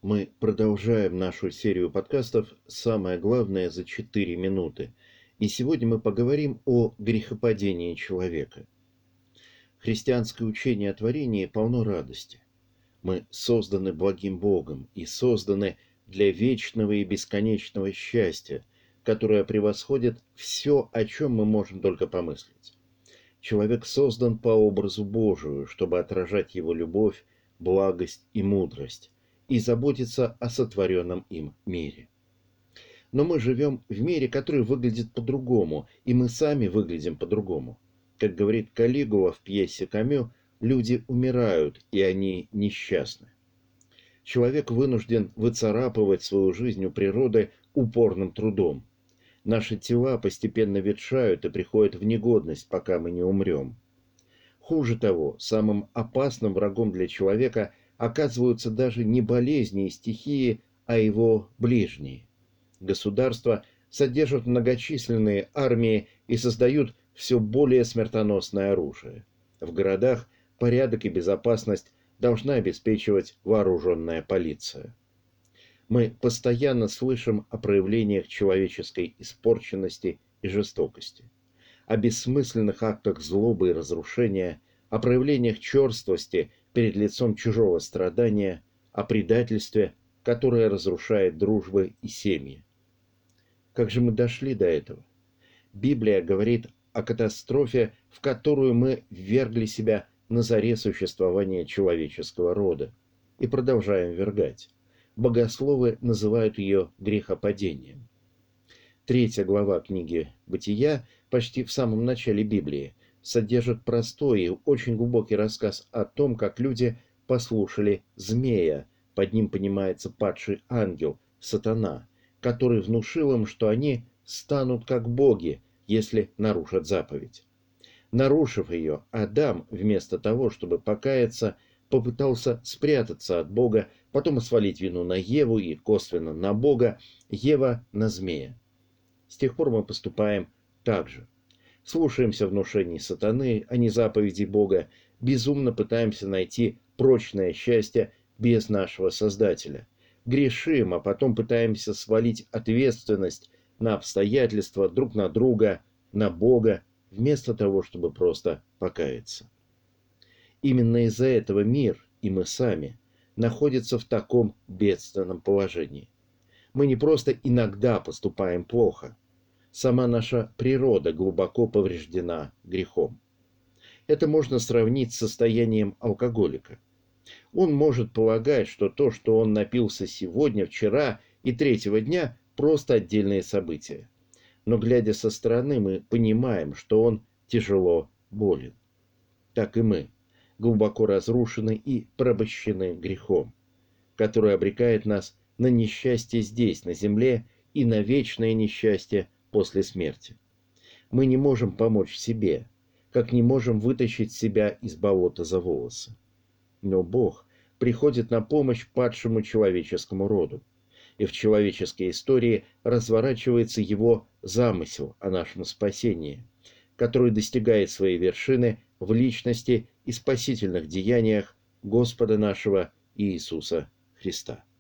Мы продолжаем нашу серию подкастов «Самое главное за 4 минуты». И сегодня мы поговорим о грехопадении человека. Христианское учение о творении полно радости. Мы созданы благим Богом и созданы для вечного и бесконечного счастья, которое превосходит все, о чем мы можем только помыслить. Человек создан по образу Божию, чтобы отражать его любовь, благость и мудрость, и заботиться о сотворенном им мире. Но мы живем в мире, который выглядит по-другому, и мы сами выглядим по-другому. Как говорит Каллигула в пьесе Камю, люди умирают, и они несчастны. Человек вынужден выцарапывать свою жизнь у природы упорным трудом. Наши тела постепенно ветшают и приходят в негодность, пока мы не умрем. Хуже того, самым опасным врагом для человека оказываются даже не болезни и стихии, а его ближние. Государства содержат многочисленные армии и создают все более смертоносное оружие. В городах порядок и безопасность должна обеспечивать вооруженная полиция. Мы постоянно слышим о проявлениях человеческой испорченности и жестокости, о бессмысленных актах злобы и разрушения, о проявлениях черствости перед лицом чужого страдания, о предательстве, которое разрушает дружбы и семьи. Как же мы дошли до этого? Библия говорит о катастрофе, в которую мы ввергли себя на заре существования человеческого рода и продолжаем ввергать. Богословы называют ее грехопадением. 3 глава книги «Бытия», почти в самом начале Библии, содержит простой и очень глубокий рассказ о том, как люди послушали змея, под ним понимается падший ангел, сатана, который внушил им, что они станут как боги, если нарушат заповедь. Нарушив ее, Адам, вместо того, чтобы покаяться, попытался спрятаться от Бога, потом свалить вину на Еву и косвенно на Бога, Ева на змея. С тех пор мы поступаем так же. Слушаемся внушений сатаны, а не заповедей Бога, безумно пытаемся найти прочное счастье без нашего Создателя. Грешим, а потом пытаемся свалить ответственность на обстоятельства, друг на друга, на Бога, вместо того, чтобы просто покаяться. Именно из-за этого мир и мы сами находятся в таком бедственном положении. Мы не просто иногда поступаем плохо. Сама наша природа глубоко повреждена грехом. Это можно сравнить с состоянием алкоголика. Он может полагать, что то, что он напился сегодня, вчера и третьего дня, просто отдельные события. Но глядя со стороны, мы понимаем, что он тяжело болен. Так и мы глубоко разрушены и порабощены грехом, который обрекает нас на несчастье здесь, на земле, и на вечное несчастье после смерти. Мы не можем помочь себе, как не можем вытащить себя из болота за волосы. Но Бог приходит на помощь падшему человеческому роду, и в человеческой истории разворачивается его замысел о нашем спасении, который достигает своей вершины в личности и спасительных деяниях Господа нашего Иисуса Христа.